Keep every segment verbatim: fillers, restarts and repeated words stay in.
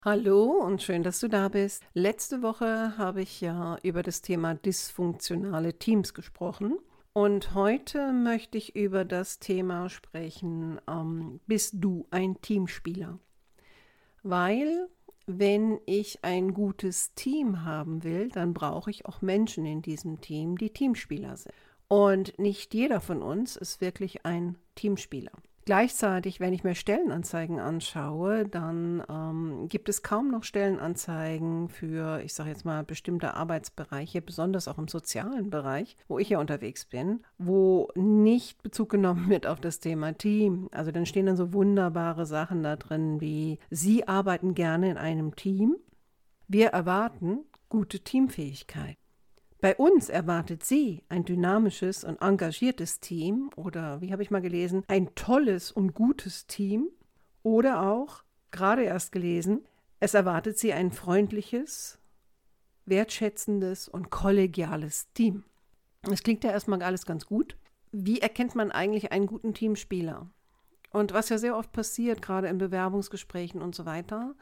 Hallo und schön, dass du da bist. Letzte Woche habe ich ja über das Thema dysfunktionale Teams gesprochen und heute möchte ich über das Thema sprechen, ähm, bist du ein Teamspieler? Weil wenn ich ein gutes Team haben will, dann brauche ich auch Menschen in diesem Team, die Teamspieler sind. Und nicht jeder von uns ist wirklich ein Teamspieler. Gleichzeitig, wenn ich mir Stellenanzeigen anschaue, dann ähm, gibt es kaum noch Stellenanzeigen für, ich sage jetzt mal, bestimmte Arbeitsbereiche, besonders auch im sozialen Bereich, wo ich ja unterwegs bin, wo nicht Bezug genommen wird auf das Thema Team. Also dann stehen dann so wunderbare Sachen da drin wie, Sie arbeiten gerne in einem Team. Wir erwarten gute Teamfähigkeit. Bei uns erwartet sie ein dynamisches und engagiertes Team oder, wie habe ich mal gelesen, ein tolles und gutes Team oder auch, gerade erst gelesen, es erwartet sie ein freundliches, wertschätzendes und kollegiales Team. Das klingt ja erstmal alles ganz gut. Wie erkennt man eigentlich einen guten Teamspieler? Und was ja sehr oft passiert, gerade in Bewerbungsgesprächen und so weiter,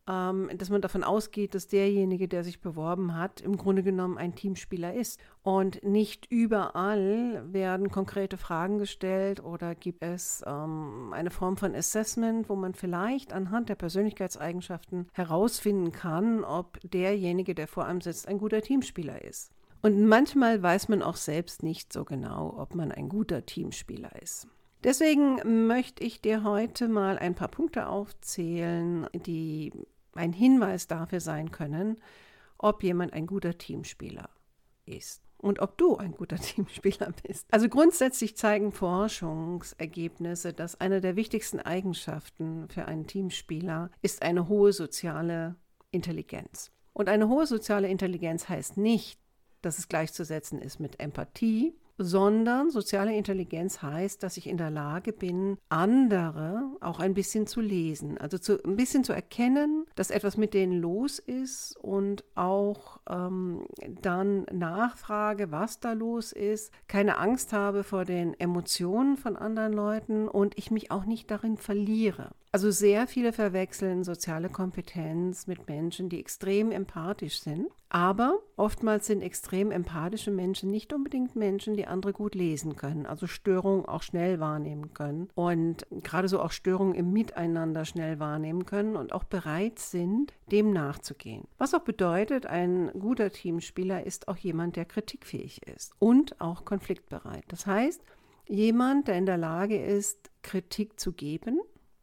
dass man davon ausgeht, dass derjenige, der sich beworben hat, im Grunde genommen ein Teamspieler ist. Und nicht überall werden konkrete Fragen gestellt oder gibt es ähm, eine Form von Assessment, wo man vielleicht anhand der Persönlichkeitseigenschaften herausfinden kann, ob derjenige, der vor einem sitzt, ein guter Teamspieler ist. Und manchmal weiß man auch selbst nicht so genau, ob man ein guter Teamspieler ist. Deswegen möchte ich dir heute mal ein paar Punkte aufzählen, die ein Hinweis dafür sein können, ob jemand ein guter Teamspieler ist und ob du ein guter Teamspieler bist. Also grundsätzlich zeigen Forschungsergebnisse, dass eine der wichtigsten Eigenschaften für einen Teamspieler ist eine hohe soziale Intelligenz. Und eine hohe soziale Intelligenz heißt nicht, dass es gleichzusetzen ist mit Empathie, sondern soziale Intelligenz heißt, dass ich in der Lage bin, andere auch ein bisschen zu lesen, also zu, ein bisschen zu erkennen, dass etwas mit denen los ist und auch ähm, dann nachfrage, was da los ist, keine Angst habe vor den Emotionen von anderen Leuten und ich mich auch nicht darin verliere. Also sehr viele verwechseln soziale Kompetenz mit Menschen, die extrem empathisch sind. Aber oftmals sind extrem empathische Menschen nicht unbedingt Menschen, die andere gut lesen können, also Störungen auch schnell wahrnehmen können und gerade so auch Störungen im Miteinander schnell wahrnehmen können und auch bereit sind, dem nachzugehen. Was auch bedeutet, ein guter Teamspieler ist auch jemand, der kritikfähig ist und auch konfliktbereit. Das heißt, jemand, der in der Lage ist, Kritik zu geben,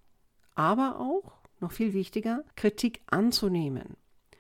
aber auch, noch viel wichtiger, Kritik anzunehmen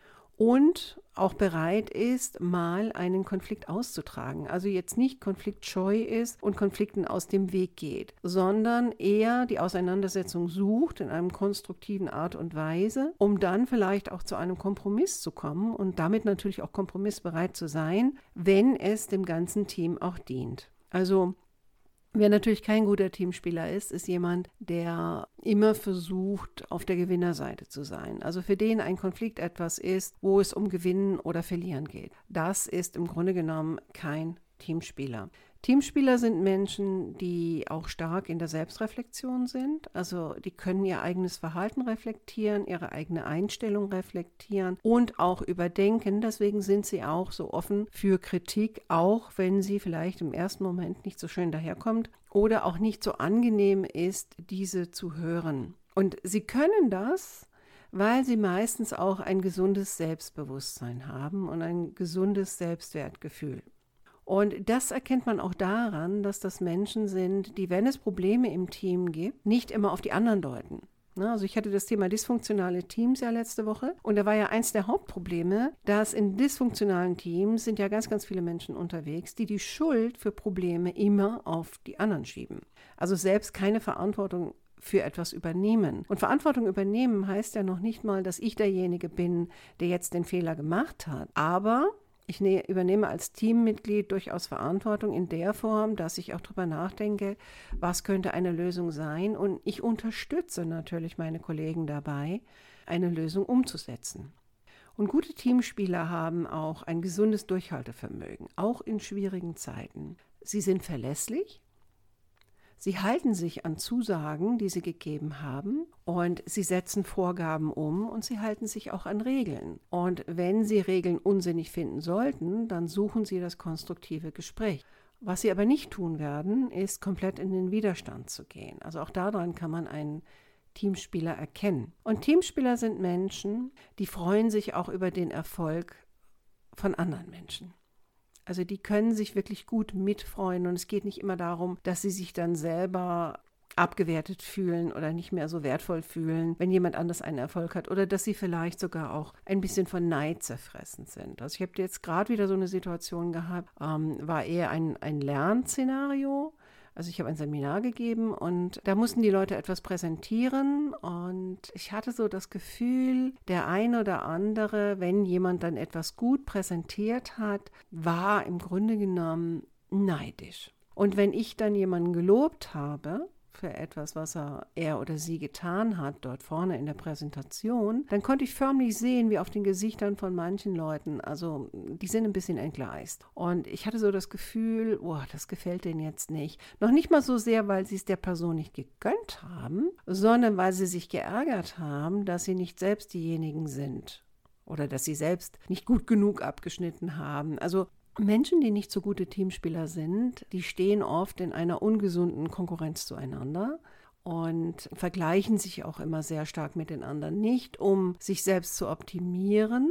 und auch bereit ist, mal einen Konflikt auszutragen. Also jetzt nicht konfliktscheu ist und Konflikten aus dem Weg geht, sondern eher die Auseinandersetzung sucht in einem konstruktiven Art und Weise, um dann vielleicht auch zu einem Kompromiss zu kommen und damit natürlich auch kompromissbereit zu sein, wenn es dem ganzen Team auch dient. Also wer natürlich kein guter Teamspieler ist, ist jemand, der immer versucht, auf der Gewinnerseite zu sein. Also für den ein Konflikt etwas ist, wo es um Gewinnen oder Verlieren geht. Das ist im Grunde genommen kein Teamspieler. Teamspieler sind Menschen, die auch stark in der Selbstreflexion sind. Also die können ihr eigenes Verhalten reflektieren, ihre eigene Einstellung reflektieren und auch überdenken. Deswegen sind sie auch so offen für Kritik, auch wenn sie vielleicht im ersten Moment nicht so schön daherkommt oder auch nicht so angenehm ist, diese zu hören. Und sie können das, weil sie meistens auch ein gesundes Selbstbewusstsein haben und ein gesundes Selbstwertgefühl. Und das erkennt man auch daran, dass das Menschen sind, die, wenn es Probleme im Team gibt, nicht immer auf die anderen deuten. Also ich hatte das Thema dysfunktionale Teams ja letzte Woche und da war ja eins der Hauptprobleme, dass in dysfunktionalen Teams sind ja ganz, ganz viele Menschen unterwegs, die die Schuld für Probleme immer auf die anderen schieben. Also selbst keine Verantwortung für etwas übernehmen. Und Verantwortung übernehmen heißt ja noch nicht mal, dass ich derjenige bin, der jetzt den Fehler gemacht hat. Aber ich ne, übernehme als Teammitglied durchaus Verantwortung in der Form, dass ich auch darüber nachdenke, was könnte eine Lösung sein. Und ich unterstütze natürlich meine Kollegen dabei, eine Lösung umzusetzen. Und gute Teamspieler haben auch ein gesundes Durchhaltevermögen, auch in schwierigen Zeiten. Sie sind verlässlich, Sie halten sich an Zusagen, die sie gegeben haben, und sie setzen Vorgaben um und sie halten sich auch an Regeln. Und wenn sie Regeln unsinnig finden sollten, dann suchen sie das konstruktive Gespräch. Was sie aber nicht tun werden, ist komplett in den Widerstand zu gehen. Also auch daran kann man einen Teamspieler erkennen. Und Teamspieler sind Menschen, die freuen sich auch über den Erfolg von anderen Menschen. Also die können sich wirklich gut mitfreuen und es geht nicht immer darum, dass sie sich dann selber abgewertet fühlen oder nicht mehr so wertvoll fühlen, wenn jemand anders einen Erfolg hat oder dass sie vielleicht sogar auch ein bisschen von Neid zerfressen sind. Also ich habe jetzt gerade wieder so eine Situation gehabt, ähm, war eher ein, ein Lernszenario. Also ich habe ein Seminar gegeben und da mussten die Leute etwas präsentieren und ich hatte so das Gefühl, der eine oder andere, wenn jemand dann etwas gut präsentiert hat, war im Grunde genommen neidisch. Und wenn ich dann jemanden gelobt habe für etwas, was er, er oder sie getan hat, dort vorne in der Präsentation, dann konnte ich förmlich sehen, wie auf den Gesichtern von manchen Leuten, also die sind ein bisschen entgleist. Und ich hatte so das Gefühl, oh, das gefällt denen jetzt nicht. Noch nicht mal so sehr, weil sie es der Person nicht gegönnt haben, sondern weil sie sich geärgert haben, dass sie nicht selbst diejenigen sind oder dass sie selbst nicht gut genug abgeschnitten haben. Also Menschen, die nicht so gute Teamspieler sind, die stehen oft in einer ungesunden Konkurrenz zueinander und vergleichen sich auch immer sehr stark mit den anderen. Nicht, um sich selbst zu optimieren.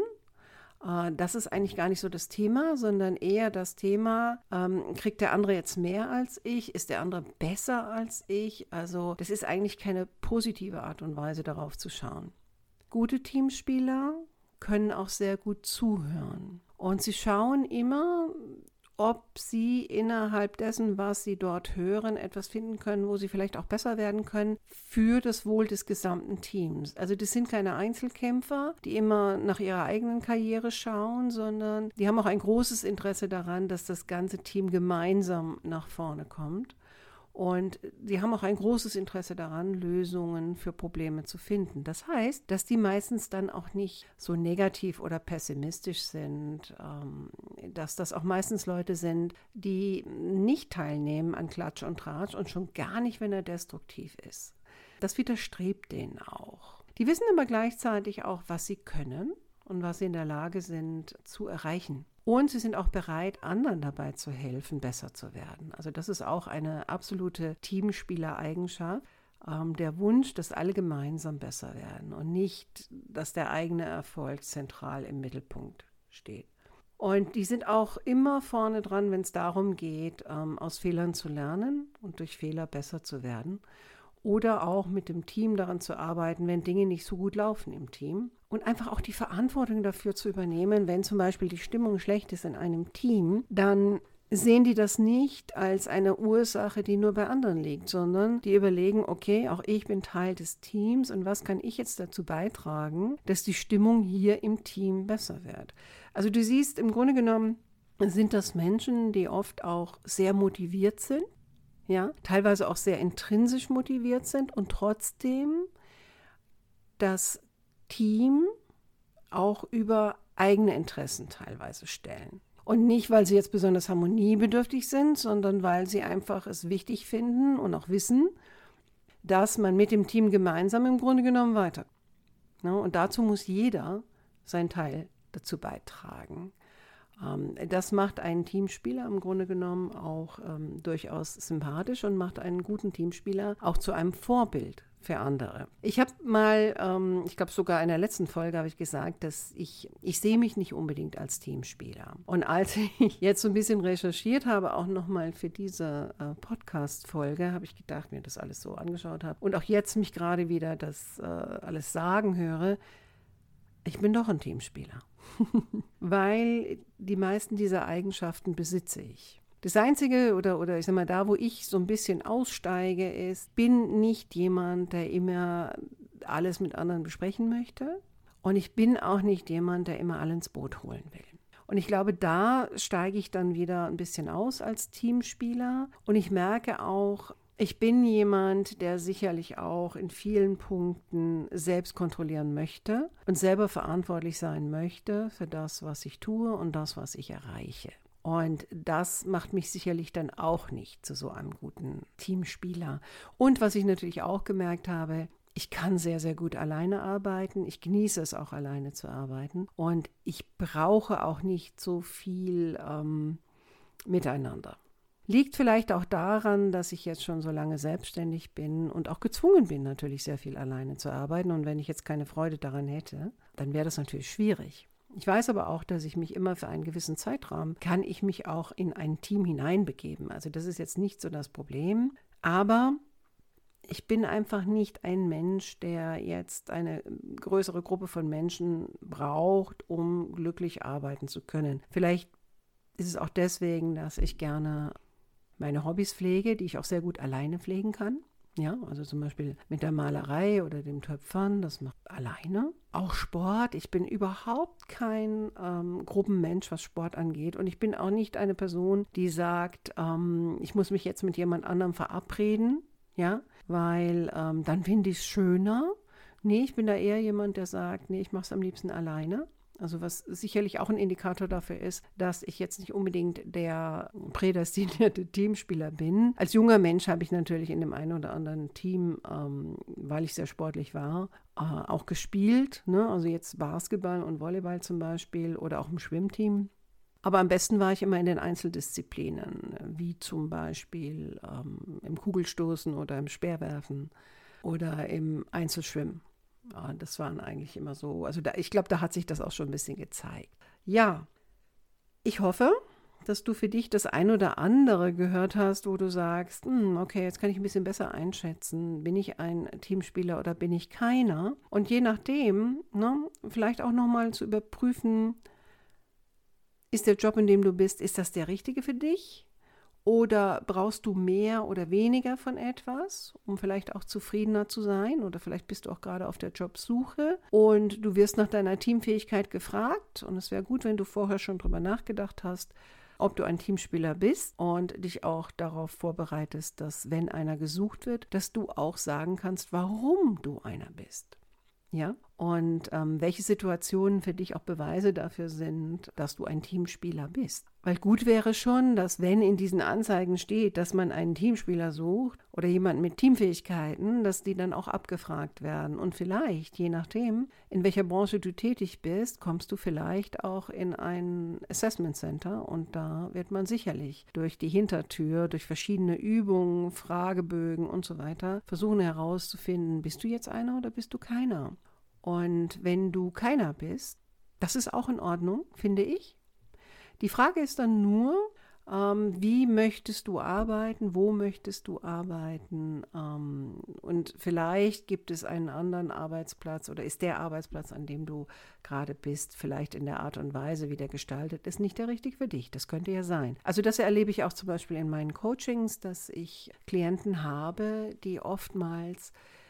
Das ist eigentlich gar nicht so das Thema, sondern eher das Thema, ähm, kriegt der andere jetzt mehr als ich? Ist der andere besser als ich? Also das ist eigentlich keine positive Art und Weise, darauf zu schauen. Gute Teamspieler können auch sehr gut zuhören. Und sie schauen immer, ob sie innerhalb dessen, was sie dort hören, etwas finden können, wo sie vielleicht auch besser werden können für das Wohl des gesamten Teams. Also das sind keine Einzelkämpfer, die immer nach ihrer eigenen Karriere schauen, sondern die haben auch ein großes Interesse daran, dass das ganze Team gemeinsam nach vorne kommt. Und sie haben auch ein großes Interesse daran, Lösungen für Probleme zu finden. Das heißt, dass die meistens dann auch nicht so negativ oder pessimistisch sind, ähm, dass das auch meistens Leute sind, die nicht teilnehmen an Klatsch und Tratsch und schon gar nicht, wenn er destruktiv ist. Das widerstrebt denen auch. Die wissen aber gleichzeitig auch, was sie können und was sie in der Lage sind zu erreichen. Und sie sind auch bereit, anderen dabei zu helfen, besser zu werden. Also das ist auch eine absolute Teamspielereigenschaft. Ähm, der Wunsch, dass alle gemeinsam besser werden und nicht, dass der eigene Erfolg zentral im Mittelpunkt steht. Und die sind auch immer vorne dran, wenn es darum geht, ähm, aus Fehlern zu lernen und durch Fehler besser zu werden. Oder auch mit dem Team daran zu arbeiten, wenn Dinge nicht so gut laufen im Team. Und einfach auch die Verantwortung dafür zu übernehmen, wenn zum Beispiel die Stimmung schlecht ist in einem Team, dann sehen die das nicht als eine Ursache, die nur bei anderen liegt, sondern die überlegen, okay, auch ich bin Teil des Teams und was kann ich jetzt dazu beitragen, dass die Stimmung hier im Team besser wird. Also du siehst, im Grunde genommen sind das Menschen, die oft auch sehr motiviert sind, ja, teilweise auch sehr intrinsisch motiviert sind und trotzdem das Team auch über eigene Interessen teilweise stellen. Und nicht, weil sie jetzt besonders harmoniebedürftig sind, sondern weil sie einfach es wichtig finden und auch wissen, dass man mit dem Team gemeinsam im Grunde genommen weiterkommt. Ja, und dazu muss jeder seinen Teil dazu beitragen. Ähm, das macht einen Teamspieler im Grunde genommen auch ähm, durchaus sympathisch und macht einen guten Teamspieler auch zu einem Vorbild für andere. Ich habe mal, ähm, ich glaube sogar in der letzten Folge habe ich gesagt, dass ich, ich sehe mich nicht unbedingt als Teamspieler. Und als ich jetzt so ein bisschen recherchiert habe, auch nochmal für diese äh, Podcast-Folge, habe ich gedacht, mir das alles so angeschaut habe und auch jetzt mich gerade wieder das äh, alles sagen höre, ich bin doch ein Teamspieler. Weil die meisten dieser Eigenschaften besitze ich. Das Einzige oder, oder ich sag mal, da wo ich so ein bisschen aussteige ist, bin nicht jemand, der immer alles mit anderen besprechen möchte und ich bin auch nicht jemand, der immer alle ins Boot holen will. Und ich glaube, da steige ich dann wieder ein bisschen aus als Teamspieler und ich merke auch, ich bin jemand, der sicherlich auch in vielen Punkten selbst kontrollieren möchte und selber verantwortlich sein möchte für das, was ich tue und das, was ich erreiche. Und das macht mich sicherlich dann auch nicht zu so einem guten Teamspieler. Und was ich natürlich auch gemerkt habe, ich kann sehr, sehr gut alleine arbeiten. Ich genieße es auch, alleine zu arbeiten. Und ich brauche auch nicht so viel ähm, miteinander. Liegt vielleicht auch daran, dass ich jetzt schon so lange selbstständig bin und auch gezwungen bin, natürlich sehr viel alleine zu arbeiten. Und wenn ich jetzt keine Freude daran hätte, dann wäre das natürlich schwierig. Ich weiß aber auch, dass ich mich immer für einen gewissen Zeitraum, kann ich mich auch in ein Team hineinbegeben. Also das ist jetzt nicht so das Problem. Aber ich bin einfach nicht ein Mensch, der jetzt eine größere Gruppe von Menschen braucht, um glücklich arbeiten zu können. Vielleicht ist es auch deswegen, dass ich gerne meine Hobbys pflege, die ich auch sehr gut alleine pflegen kann. Ja, also zum Beispiel mit der Malerei oder dem Töpfern, das macht alleine. Auch Sport, ich bin überhaupt kein ähm, Gruppenmensch, was Sport angeht. Und ich bin auch nicht eine Person, die sagt, ähm, ich muss mich jetzt mit jemand anderem verabreden, ja, weil ähm, dann finde ich es schöner. Nee, ich bin da eher jemand, der sagt, nee, ich mache es am liebsten alleine. Also was sicherlich auch ein Indikator dafür ist, dass ich jetzt nicht unbedingt der prädestinierte Teamspieler bin. Als junger Mensch habe ich natürlich in dem einen oder anderen Team, ähm, weil ich sehr sportlich war, äh, auch gespielt. Ne? Also jetzt Basketball und Volleyball zum Beispiel oder auch im Schwimmteam. Aber am besten war ich immer in den Einzeldisziplinen, wie zum Beispiel ähm, im Kugelstoßen oder im Speerwerfen oder im Einzelschwimmen. Ja, das waren eigentlich immer so, also da, ich glaube, da hat sich das auch schon ein bisschen gezeigt. Ja, ich hoffe, dass du für dich das ein oder andere gehört hast, wo du sagst, hm, okay, jetzt kann ich ein bisschen besser einschätzen, bin ich ein Teamspieler oder bin ich keiner? Und je nachdem, ne, vielleicht auch nochmal zu überprüfen, ist der Job, in dem du bist, ist das der richtige für dich? Oder brauchst du mehr oder weniger von etwas, um vielleicht auch zufriedener zu sein? Oder vielleicht bist du auch gerade auf der Jobsuche und du wirst nach deiner Teamfähigkeit gefragt. Und es wäre gut, wenn du vorher schon drüber nachgedacht hast, ob du ein Teamspieler bist und dich auch darauf vorbereitest, dass, wenn einer gesucht wird, dass du auch sagen kannst, warum du einer bist. Ja, und ähm, welche Situationen für dich auch Beweise dafür sind, dass du ein Teamspieler bist. Weil gut wäre schon, dass wenn in diesen Anzeigen steht, dass man einen Teamspieler sucht oder jemanden mit Teamfähigkeiten, dass die dann auch abgefragt werden. Und vielleicht, je nachdem, in welcher Branche du tätig bist, kommst du vielleicht auch in ein Assessment Center und da wird man sicherlich durch die Hintertür, durch verschiedene Übungen, Fragebögen und so weiter versuchen herauszufinden, bist du jetzt einer oder bist du keiner? Und wenn du keiner bist, das ist auch in Ordnung, finde ich. Die Frage ist dann nur, ähm, wie möchtest du arbeiten, wo möchtest du arbeiten? Ähm, und vielleicht gibt es einen anderen Arbeitsplatz oder ist der Arbeitsplatz, an dem du gerade bist, vielleicht in der Art und Weise, wie der gestaltet ist, nicht der richtige für dich. Das könnte ja sein. Also das erlebe ich auch zum Beispiel in meinen Coachings, dass ich Klienten habe, die oftmals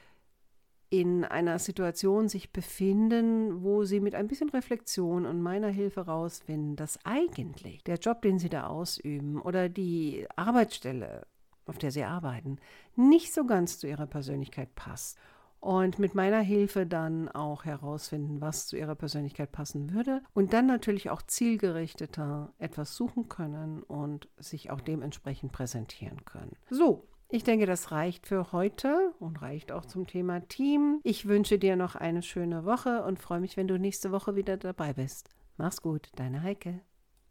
in einer Situation sich befinden, wo sie mit ein bisschen Reflexion und meiner Hilfe herausfinden, dass eigentlich der Job, den sie da ausüben oder die Arbeitsstelle, auf der sie arbeiten, nicht so ganz zu ihrer Persönlichkeit passt. Und mit meiner Hilfe dann auch herausfinden, was zu ihrer Persönlichkeit passen würde und dann natürlich auch zielgerichteter etwas suchen können und sich auch dementsprechend präsentieren können. So. Ich denke, das reicht für heute und reicht auch zum Thema Team. Ich wünsche dir noch eine schöne Woche und freue mich, wenn du nächste Woche wieder dabei bist. Mach's gut, deine Heike.